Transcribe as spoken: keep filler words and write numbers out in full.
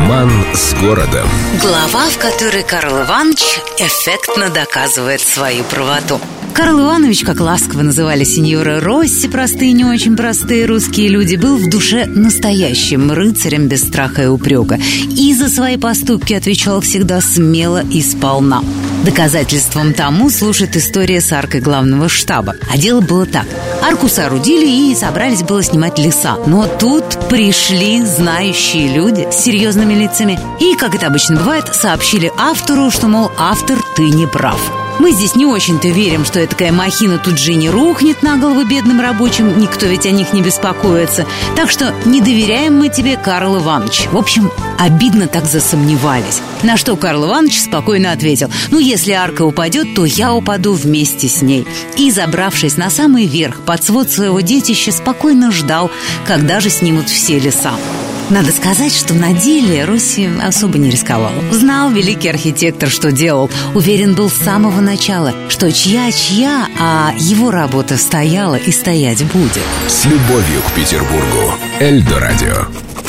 Роман с городом. Глава, в которой Карл Иванович эффектно доказывает свою правоту. Карл Иванович, как ласково называли сеньора Росси простые и не очень простые русские люди, был в душе настоящим рыцарем без страха и упрека. И за свои поступки отвечал всегда смело и сполна. Доказательством тому служит история с аркой главного штаба. А дело было так. Арку соорудили и собрались было снимать леса. Но тут пришли знающие люди с серьезными лицами и, как это обычно бывает, сообщили автору, что, мол, автор, ты не прав. Мы здесь не очень-то верим, что такая махина тут же не рухнет на голову бедным рабочим. Никто ведь о них не беспокоится. Так что не доверяем мы тебе, Карл Иванович. В общем, обидно так засомневались. На что Карл Иванович спокойно ответил: ну, если арка упадет, то я упаду вместе с ней. И, забравшись на самый верх под свод своего детища, спокойно ждал, когда же снимут все леса. Надо сказать, что на деле Росси особо не рисковал. Знал великий архитектор, что делал. Уверен был с самого начала, что чья-чья, а его работа стояла и стоять будет. С любовью к Петербургу. Эльдо радио.